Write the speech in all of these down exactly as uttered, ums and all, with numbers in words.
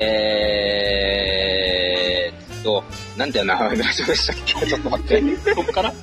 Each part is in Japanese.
えーっと、なんていう名前のラジオでしたっけちょっと待って。 そっから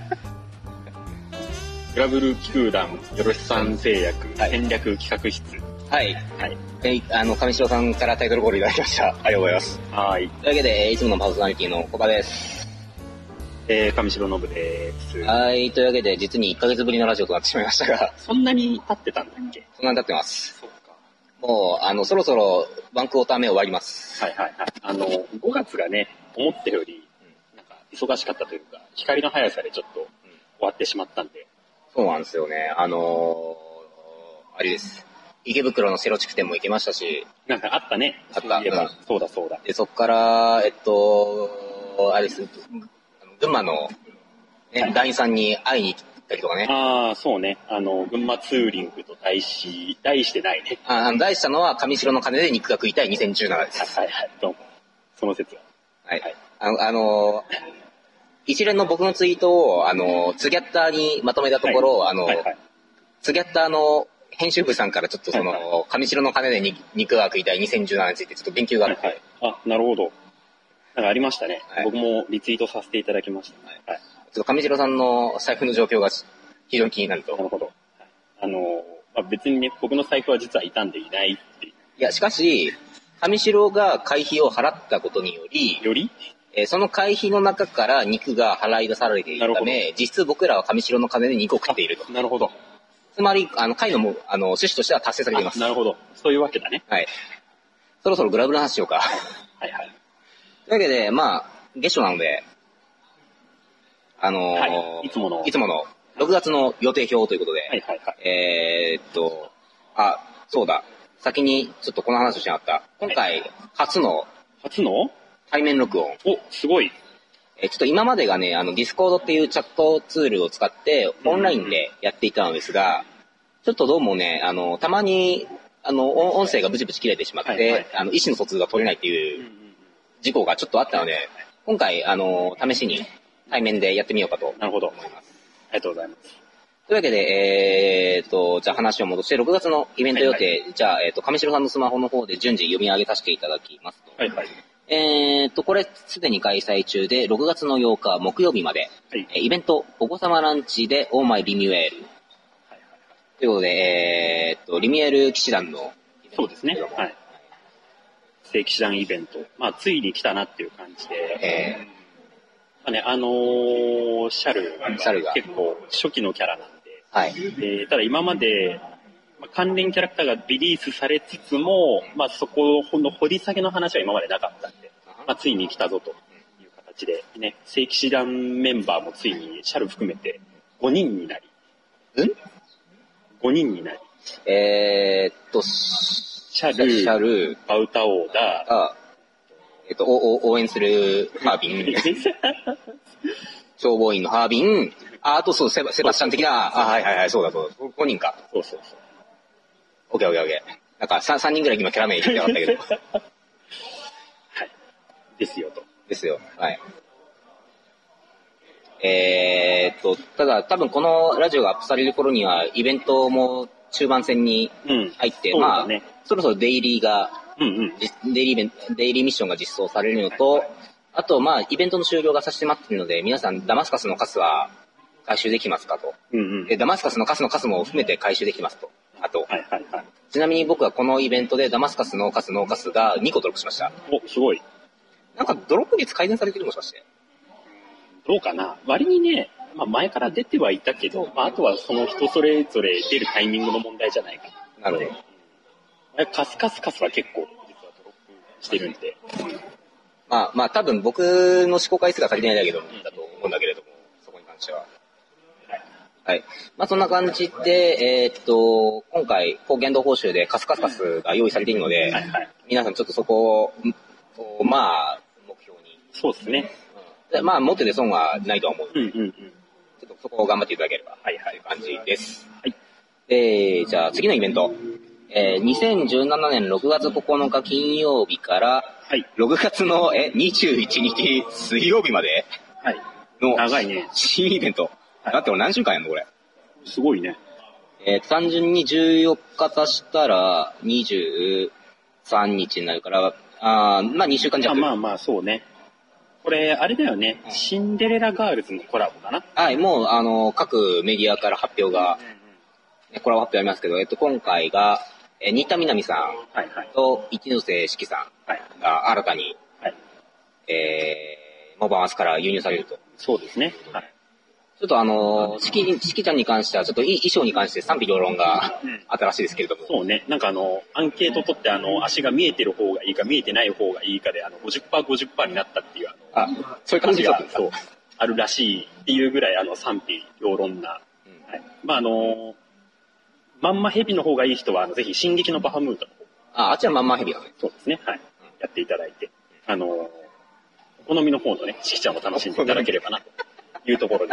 グラブル球団、よろしさん製薬、はい、戦略企画室。 はい。はい。えあの、上白さんからタイトルコールいただきました。ありがとうございます。 はい。 というわけで、いつものパーソナリティのコバです。 えー、上白信です。 はい。というわけで、実にいっかげつぶりのラジオとなってしまいましたが。 そんなに経ってたんだっけ？ そんなに経ってます。 そうか。 もう、あの、そろそろワンクォーター目終わります。 はいはいはい。あの、ごがつがね、思ったより、なんか、忙しかったというか、光の速さでちょっと終わってしまったんで。 そうなんですよね。あのー、あれです。池袋のセロ地区店も行きましたし。 なんかあったね。 あった。 そういえば、うん、そうだそうだ。 で、そっから、えっと、あれです。群馬の、ね、はい、団員さんに会いに行ったりとかね。 ああ、そうね。あの、群馬ツーリングと題し、題してないね。 ああ、題したのは、上白の鐘で肉が食いたいにせんじゅうななです。 はいはい、どうも。その説は。 はい。はい、あの、あの一連の僕のツイートを、あの、ツギャッターにまとめたところ、はい、あの、はいはい、ツギャッターの編集部さんからちょっとその、はいはい、上白の鐘で肉が食いたいにせんじゅうななについてちょっと言及があって。はいはい、あ、なるほど。なんかありましたね、はい。僕もリツイートさせていただきました。はい。はい、 ちょっと上白さんの財布の状況が非常に気になると。 なるほど。あの、まあ、別にね、僕の財布は実は傷んでいないっていう。 いや、しかし、上白が会費を払ったことにより、 よりえー、その会費の中から肉が払い出されているため、実質僕らは上白の金で肉を食っていると。 なるほど。 つまり、あの、会のも、あの、趣旨としては達成されています。 なるほど。そういうわけだね。 はい。そろそろグラブの話しようか。 はいはい。 というわけで、まあ、月初なので、あのーはい、いつもの。 いつものろくがつの予定表ということで、 はいはいはい。 えー、っと、あ、そうだ。先にちょっとこの話をしなかった。今回、初の、 初の対面録音。 お、すごい。 え、ちょっと今までがね、あの、ディスコードっていうチャットツールを使って、オンラインでやっていたのですが、ちょっとどうもね、あの、たまに、あの、音声がブチブチ切れてしまって、はいはい、あの、意思の疎通が取れないっていう事故がちょっとあったので、今回、あの、試しに対面でやってみようかと思います。 なるほど。ありがとうございます。 というわけで、えー、っと、じゃあ話を戻して、ろくがつのイベント予定、はいはい、じゃあ、えー、っと、上白さんのスマホの方で順次読み上げさせていただきますと。 はいはい。 えー、っと、これ、すでに開催中で、ろくがつのようか木曜日まで、はい、イベント、お子様ランチで、オーマイリミュエール。はいはいはい、ということで、えー、っと、リミュエール騎士団の、 そうですね。はい。正騎士団イベント。まあ、ついに来たなっていう感じで。えー、まあね、あのー、シャルが結構初期のキャラなんで。 はい。 で、ただ今まで、まあ、関連キャラクターがリリースされつつも、まあ、そこの掘り下げの話は今までなかったんで、まあ、ついに来たぞという形で、ね、正騎士団メンバーもついにシャル含めてごにんになり。 ん ? ご 人になり。 えー、っと、 シャル、 シャル、 バウタオーダー、えっと、お応援するハービン、消防員のハービン、あ、あとそう、セバ、セバスチャン的な、あ、はいはいはい、そうだそうだ、ごにんか。 そうそうそう。 オッケーオッケーオッケー。なんか 3, 3人ぐらい今キャラ名言ってなかったけど。 はい。ですよと。 ですよ。はい。えー、っと、ただ多分このラジオがアップされる頃にはイベントも中盤戦に入って、うん、まあ、ね、そろそろデイリーが、うんうん、デイリーイベント、デイリーミッションが実装されるのと、あとまあイベントの終了が差し迫っているので、皆さんダマスカスのカスは回収できますかと。 うんうん、 でダマスカスのカスのカスも含めて回収できますと。あと、 はいはいはい、 ちなみに僕はこのイベントでダマスカスのカスのカスがにこドロップしました。 お、すごい。 なんかドロップ率改善されてるもしかして。 どうかな。割にね、まあ、前から出てはいたけど、まあ、あとはその人それぞれ出るタイミングの問題じゃないかな。なるほど。カスカスカスは結構実はドロップしてるんで。 まあまあ多分僕の思考回数が足りてないだけど、だと思うんだけれども、そこに関しては。はい。はい。まあそんな感じで、えー、っと、今回、言動報酬でカスカスカスが用意されているので、はいはい、皆さんちょっとそこを、まあ、目標に。 そうですね。 でまあ、持ってて損はないとは思うので、 うんうんうん、ちょっとそこを頑張っていただければ、はいはい、感じです。 はい。 えー、じゃあ次のイベント。えー、にせんじゅうななねんろくがつここのか金曜日から、はい、ろくがつのえにじゅういちにち水曜日までの、 長いね。 新イベント。はい、だって俺何週間やんのこれ。 すごいね。 えー、単純にじゅうよっか足したらにじゅうさんにちになるから、 ああ、まあにしゅうかん弱。 まあまあ、そうね。これ、あれだよね。シンデレラガールズのコラボかな。 はい、もう、あの、各メディアから発表が、ね、コラボ発表ありますけど、えっと、今回が、え、新田みなみさんはいはい。 と一ノ瀬四季さはい。 んが新たに、 はい。 えー、モバマスから輸入されると。 そうですね。はい。 ちょっとあの、四季、四季ちゃんに関しては、ちょっとい衣装に関して賛否両論がうんあったらしいですけれども。 そうね。なんかあの、アンケート取ってあの、足が見えてる方がいいか見えてない方がいいかで、あの、ごじゅっパーセント、ごじゅっパーセント になったっていう、あの、 あ、そういう感じが、 そう、あるらしいっていうぐらい、あの、賛否両論な。 うん、 はい。まああの、まんまヘビの方がいい人は、あの、ぜひ、進撃のバハムートの方。 あ、あっちはまんまヘビだね。 そうですね。はい。やっていただいて、あの、お好みの方のね、四季ちゃんを楽しんでいただければな、というところで。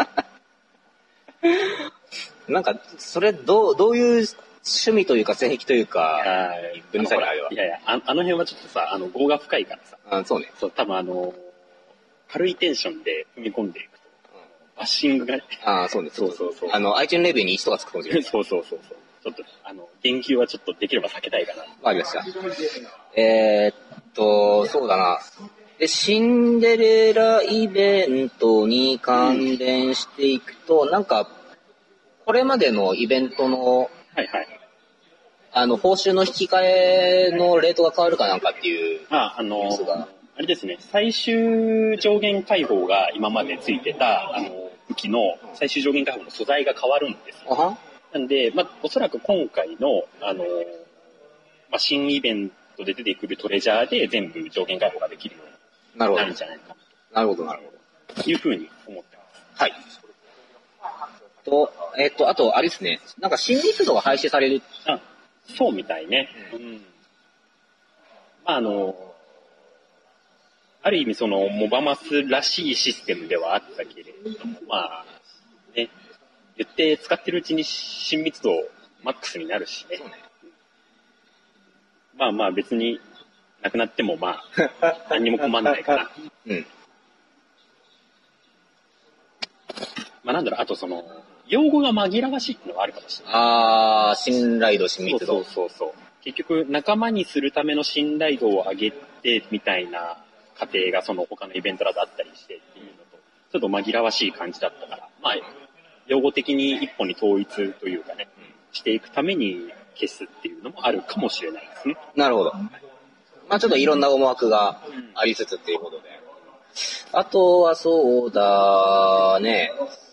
なんか、それ、どう、どういう趣味というか、性癖というか、分析あれは。 いやいや、あ、あの辺はちょっとさ、あの、業が深いからさ。 あ、そうね。 そう、多分あの、軽いテンションで踏み込んでいくと、バッシングがね。 ああ、そうね。 そうそうそう。 あの、iTunes レビューにいちとかつくかもしれない。 そうそうそうそう。ちょっと、あの、言及はちょっとできれば避けたいかな。 わかりました。えー、っと、そうだな。で、シンデレライベントに関連していくと、うん、なんか、これまでのイベントの、 はいはい。 あの、報酬の引き換えのレートが変わるかなんかっていう。 あ、あの、あれですね、最終上限解放が今までついてた、あの、武器の最終上限解放の素材が変わるんですよ。 はなんで、まあ、おそらく今回の、あの、まあ、新イベントで出てくるトレジャーで全部上限解放ができるようになるんじゃないかなるほど、なるほど。というふうに思ってます。 はい。と、えっと、あと、あれですね、なんか新密度が廃止される。 あ、そうみたいね。うん。まあ、あの、ある意味その、モバマスらしいシステムではあったけれども、まあ、ね、言って使ってるうちに親密度マックスになるしね。まあまあ別になくなってもまあ、何にも困んないかな。 うん。 まあなんだろう、あとその、用語が紛らわしいっていうのがあるかもしれない。 あー、信頼度、親密度。 そうそうそう。結局、仲間にするための信頼度を上げて、みたいな過程がその他のイベントだとあったりしてっていうのと、ちょっと紛らわしい感じだったから、まあ、用語的に一本に統一というかね、していくために消すっていうのもあるかもしれないですね。 なるほど。まあちょっといろんな思惑がありつつっていうことで。あとはそうだね。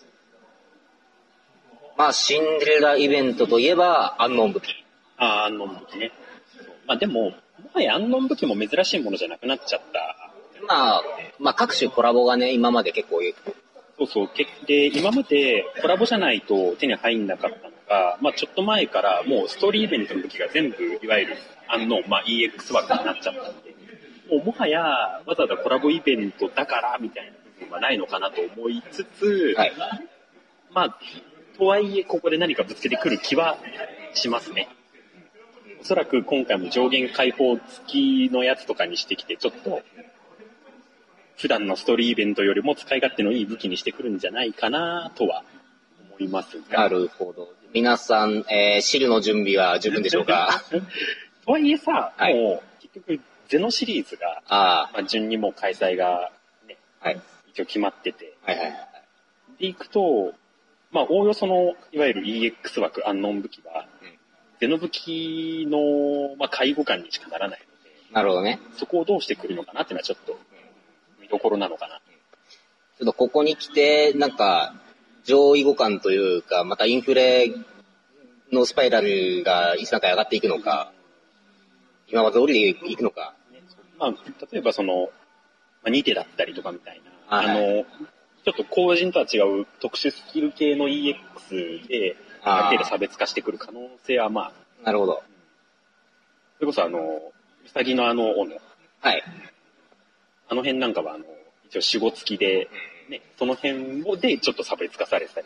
まあシンデレライベントといえば、アンノン武器。 ああ、アンノン武器ね。まあでも、もはやアンノン武器も珍しいものじゃなくなっちゃった。 まあ、まあ各種コラボがね、今まで結構そうそう。で、今までコラボじゃないと手に入んなかったのが、まあちょっと前からもうストーリーイベントの武器が全部、いわゆるアンノン、まあ イーエックス 枠になっちゃったんで、もうもはやわざわざコラボイベントだからみたいな部分はないのかなと思いつつ、 はい、 まあ、とはいえここで何かぶつけてくる気はしますね。おそらく今回も上限解放付きのやつとかにしてきて、ちょっと、普段のストーリーイベントよりも使い勝手のいい武器にしてくるんじゃないかなとは思いますが。 なるほど。皆さん、えー、汁の準備は十分でしょうか。 とはいえさ、 はい、 もう結局ゼノシリーズが、 あ、 まあ、順にもう開催が、ね、 はい、 一応決まってて、 はいはい、 でいくと、まあ、おおよそのいわゆる イーエックス 枠アンノン武器は、うん、ゼノ武器の、まあ、介護官にしかならないので、 なるほどね。 そこをどうしてくるのかなっていうのはちょっと見どころなのかな。 ちょっとここに来て、なんか、上位互換というか、またインフレのスパイラルがいつなんか上がっていくのか、今まで通りでいくのか。 まあ、例えばその、まあ、に手だったりとかみたいな、はい、あの、ちょっと後人とは違う特殊スキル系の イーエックス で、ある程度差別化してくる可能性はまあ。 なるほど。 それこそあの、うさぎのあの斧。 はい。 あの辺なんかはあの、一応死後付きで、ね、その辺をでちょっと差別化されてたり。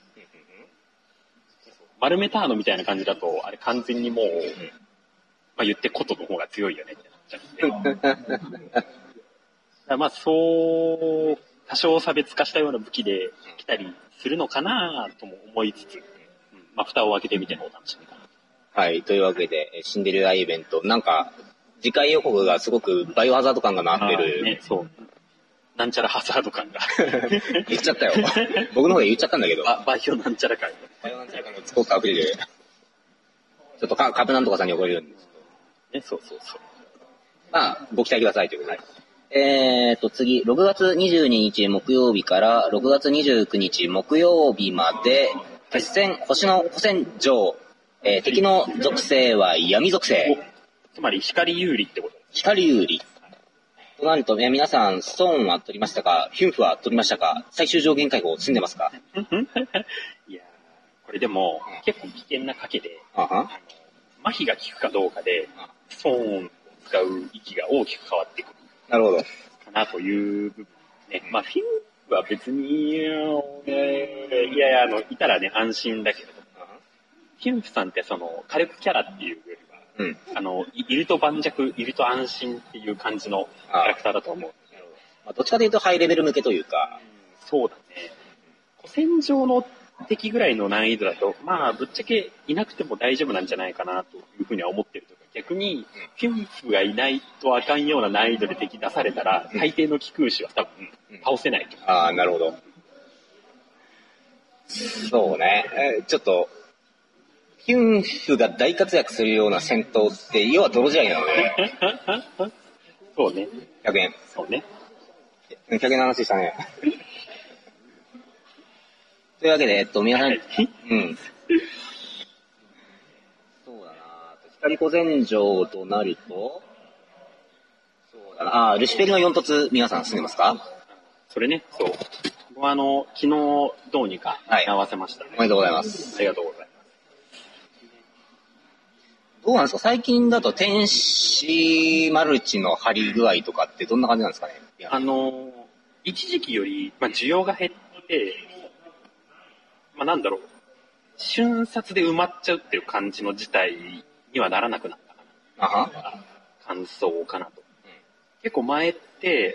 マルメターノみたいな感じだと、あれ完全にもう、まあ言ってことの方が強いよねってなっちゃって。まあそう、多少差別化したような武器で来たりするのかなとも思いつつ、うん、まあ蓋を開けてみてのお楽しみかな。 はい、というわけで、シンデレライベント、なんか、 次回予告がすごくバイオハザード感がなってる。 ね、そう。なんちゃらハザード感が。 言っちゃったよ。僕の方で言っちゃったんだけど。 ババイオなんちゃら感。 バイオなんちゃら感がすごく溢れる。ちょっとカブなんとかさんに怒られるんですけど。ね、そうそうそう。 まあ、ご期待くださいということで。はい、えーと、次、ろくがつにじゅうににち木曜日からろくがつにじゅうくにち木曜日まで、決戦、星の古戦場、えー、敵の属性は闇属性。 つまり光有利ってことです。 光有利。となると、えー、皆さん、ストーンは取りましたか？ヒュンフは取りましたか？最終上限解放済んでますか？ いやこれでも、うん、結構危険な賭けで、 あは麻痺が効くかどうかで、ストーンを使う域が大きく変わってくる。 なるほど。 かなという部分ね。まあ、フィンフは別に、いやいや、あの、いたらね、安心だけど、フィンフさんってその、火力キャラっていうよりは、うん、あの、いると盤石、いると安心っていう感じのキャラクターだと思う。 まあ、どっちかというとハイレベル向けというか。 うん、そうだね。古戦場の敵ぐらいの難易度だと、まあ、ぶっちゃけいなくても大丈夫なんじゃないかなというふうには思ってるとか、逆に、フィンフがいないとあかんような難易度で敵出されたら、大抵の気空士は多分、倒せないと。 ああ、なるほど。そうね。えちょっと、フィンフが大活躍するような戦闘って、要は泥仕合なので。 そうね。 ひゃくえん。 そうね。 ひゃくえんの話したね。というわけで、えっと、皆さん、うん。そうだな光小禅城となると、そうだなあ、ルシフェルのよん凸、皆さん住んでますか？ それね、そう。僕はあの、昨日どうにか合わせましたね、 はい。おめでとうございます。 ありがとうございます。 どうなんですか？最近だと天使マルチの張り具合とかってどんな感じなんですかね？ あの、一時期より、まあ、需要が減って、まあ、なんだろう、瞬殺で埋まっちゃうっていう感じの事態にはならなくなったかな。 あは感想かなと。うん、結構前って、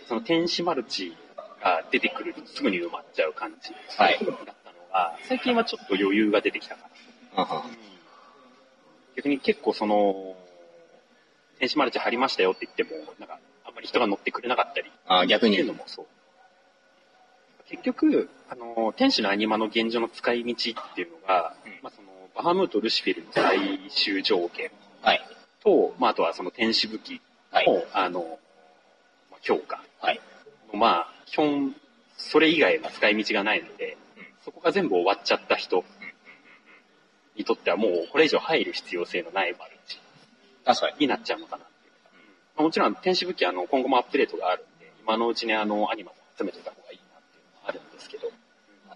その天使マルチが出てくるとすぐに埋まっちゃう感じだったのが、はい、最近はちょっと余裕が出てきたから。あは逆に結構その、天使マルチ貼りましたよって言っても、なんか、あんまり人が乗ってくれなかったり。 あ逆に。 っていうのもそう。結局、あの、天使のアニマの現状の使い道っていうのが、うん、まあその、バハムート・ルシフェルの最終条件。 はい。 と、まああとはその天使武器の、はい、あの、まあ、強化。はい。まあ、基本、それ以外は使い道がないので、うん、そこが全部終わっちゃった人にとってはもうこれ以上入る必要性のないマルチになっちゃうのかなっていう、うん、もちろん天使武器はあの今後もアップデートがあるんで今のうちにあのアニマも集めておいた方がいいなっていうのはあるんですけど、はい、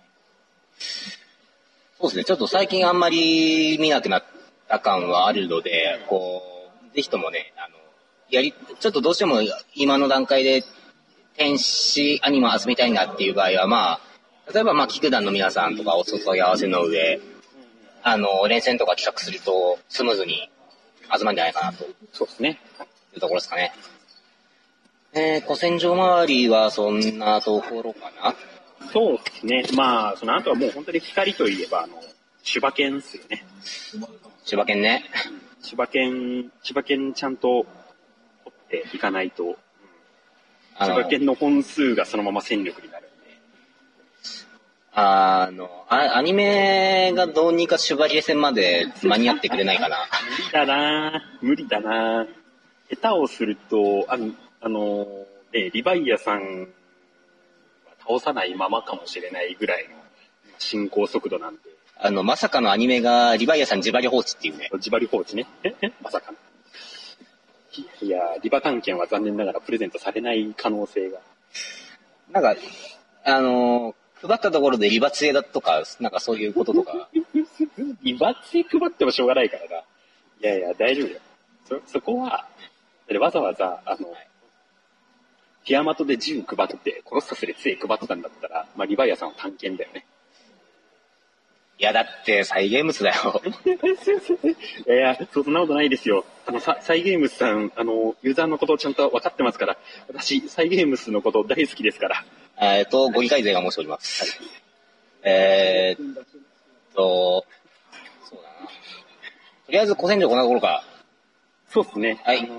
そうですねちょっと最近あんまり見なくなった感はあるので、うん、こうぜひともねあのやりちょっとどうしても今の段階で天使アニマ集めたいなっていう場合はまあ例えばまあ菊団の皆さんとかお誘い合わせの上あの、連戦とか企画すると、スムーズに集まるんじゃないかなと。 そうですね。 いうところですかね。えー、古戦場周りはそんなところかな？ そうですね。まあ、その後はもう本当に光といえば、あの、柴犬ですよね。 柴犬ね。 柴犬、柴犬ちゃんと掘っていかないと、うん、柴犬の本数がそのまま戦力になる。 あのあ、アニメがどうにかシュバリエ戦まで間に合ってくれないかな。 無理だな無理だな下手をすると、あの、あのね、リヴァイアさんは倒さないままかもしれないぐらいの進行速度なんで。 あの、まさかのアニメがリヴァイアさん自張り放置っていうね。 自張り放置ね。えまさかの。いやリバ探検は残念ながらプレゼントされない可能性が。 なんか、あのー、配ったところでリバツエだとか、なんかそういうこととか。 リバツエ配ってもしょうがないからな。いやいや、大丈夫よ。そ、そこは、わざわざ、あの、ティアマトで銃配って、コロッサスで杖配ってたんだったら、まあ、リヴァイアさんは探検だよね。 いや、だって、サイゲームスだよ。 いやいや、そんなことないですよ。あの、サイゲームスさん、あの、ユーザーのことをちゃんと分かってますから、私、サイゲームスのこと大好きですから。 えっと、ご理解勢が申しております。はい、えー、っと、そうだな。とりあえず、古戦場こんなところか。 そうですね。 はい。 あのまあ、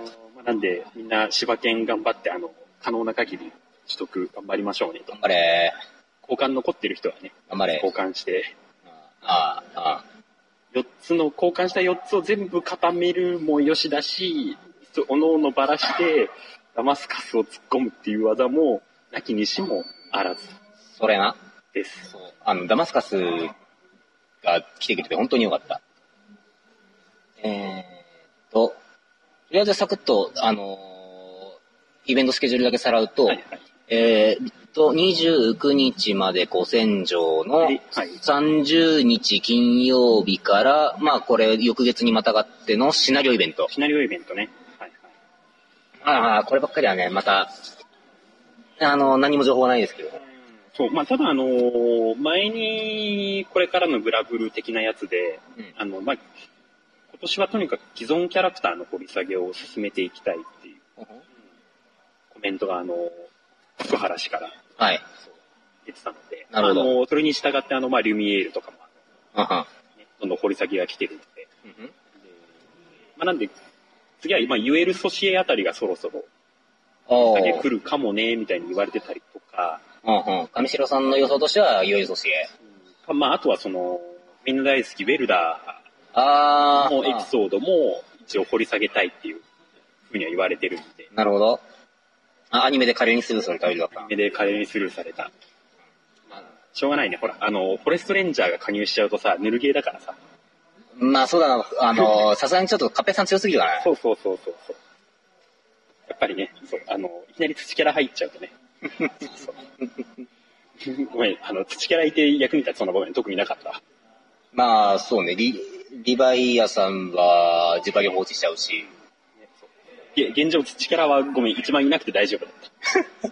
なんで、みんな柴犬頑張って、あの、可能な限り取得頑張りましょうねと。 頑張れ。 交換残ってる人はね、 頑張れ。 交換して。 ああ、ああ。 よっつの、交換したよっつを全部固めるもよしだし、おのおのばらして、ダマスカスを突っ込むっていう技も、なきにしもあらず。 それな。 です。 そう。あの、ダマスカスが来てくれて本当によかった。えーっと、とりあえずサクッと、あのー、イベントスケジュールだけさらうと、はいはい、えーっと、にじゅうくにちまで古戦場のさんじゅうにち金曜日から、まあこれ翌月にまたがってのシナリオイベント。 シナリオイベントね。はいはい。ああ、こればっかりはね、また、あの、何も情報はないですけど。 そう、まあ、ただあのー、前にこれからのグラブル的なやつで、うん、あの、まあ、今年はとにかく既存キャラクターの掘り下げを進めていきたいっていう、uh-huh. コメントがあの、福原氏からはい。 出てたので、 なるほど。 あの、それに従ってあの、まあ、リュミエールとかも、 uh-huh. ね、どんどん掘り下げが来てるので、 uh-huh. でまあ、なんで、次は今、ユエル・ソシエあたりがそろそろ、掘り下げ来るかもね、みたいに言われてたりとか、 うんうん。上白さんの予想としては、ユエル・ソシエ。 うん、まあ、あとはその、みんな大好き、ウェルダーのエピソードも一応掘り下げたいっていうふうには言われてるんで。 なるほど。あ、アニメで華麗にスルーされたわけだった。 アニメで華麗にスルーされた。まあ、しょうがないね。ほら、あの、フォレストレンジャーが加入しちゃうとさ、ヌルゲーだからさ。 まあそうだな、あの、さすがにちょっとカペさん強すぎるかな。 そうそうそうそう。やっぱりね、そう、あの、いきなり土キャラ入っちゃうとね。そうごめん、あの、土キャラいて役に立つそんな場面特になかった。 まあ、そうね、リ、リヴァイアさんは自爆放置しちゃうし。 ね、現状土キャラはごめん、一番いなくて大丈夫だった。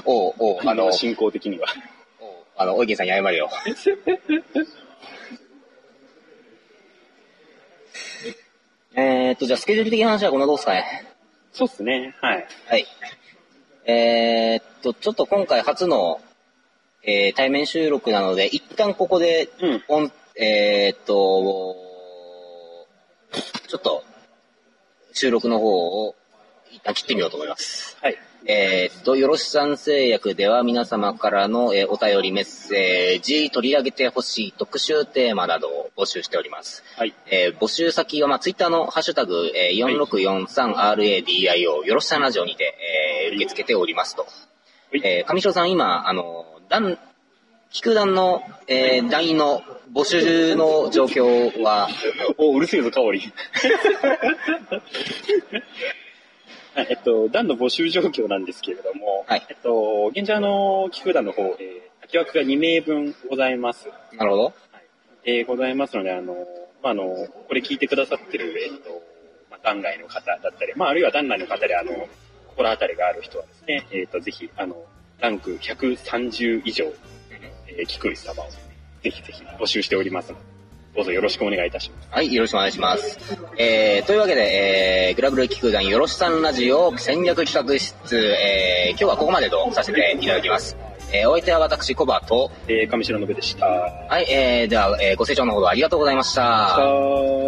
おうおう、あの、 進行的には。 おうあの、おいけんさんに謝れよ。えっと、じゃあスケジュール的な話はこんなどうですかね。 そうっすね、はい。 はい。えー、っと、ちょっと今回初の、えー、対面収録なので、一旦ここで、うん、えー、っと、ちょっと、収録の方を一旦切ってみようと思います。 はい。 えー、っと、よろしさん製薬では皆様からの、えー、お便りメッセージ、取り上げてほしい特集テーマなどを募集しております。 はい。 えー、募集先は、まあ、ツイッターのハッシュタグ、えー、よんろくよんさんアールエーディーアイオー、よろしさんラジオにて、えー、受け付けておりますと。はい。えー、上白さん、今、あの、団、菊団の、えー、団員の募集の状況は、 お、うるせえぞ、かおり。はい、えっと、団の募集状況なんですけれども、 はい、 えっと、現状の菊団の方、えー、空き枠がにめいぶんございます。 なるほど。はい、 えー、ございますので、あの、まあ、あの、これ聞いてくださってる、えっと、まあ、団外の方だったり、まあ、あるいは団内の方で、あの、心当たりがある人はですね、えっと、ぜひ、あの、ランクひゃくさんじゅう以上、えー、菊石様を、ぜひぜひ募集しておりますので、どうぞよろしくお願いいたします。 はい、よろしくお願いします。えー、というわけで、えー、グラブル気空団よろしさんラジオ戦略企画室、えー、今日はここまでとさせていただきます。えー、お相手は私、コバと、 えー、上白信でした。 はい、えー、では、えー、ご清聴のほどありがとうございました。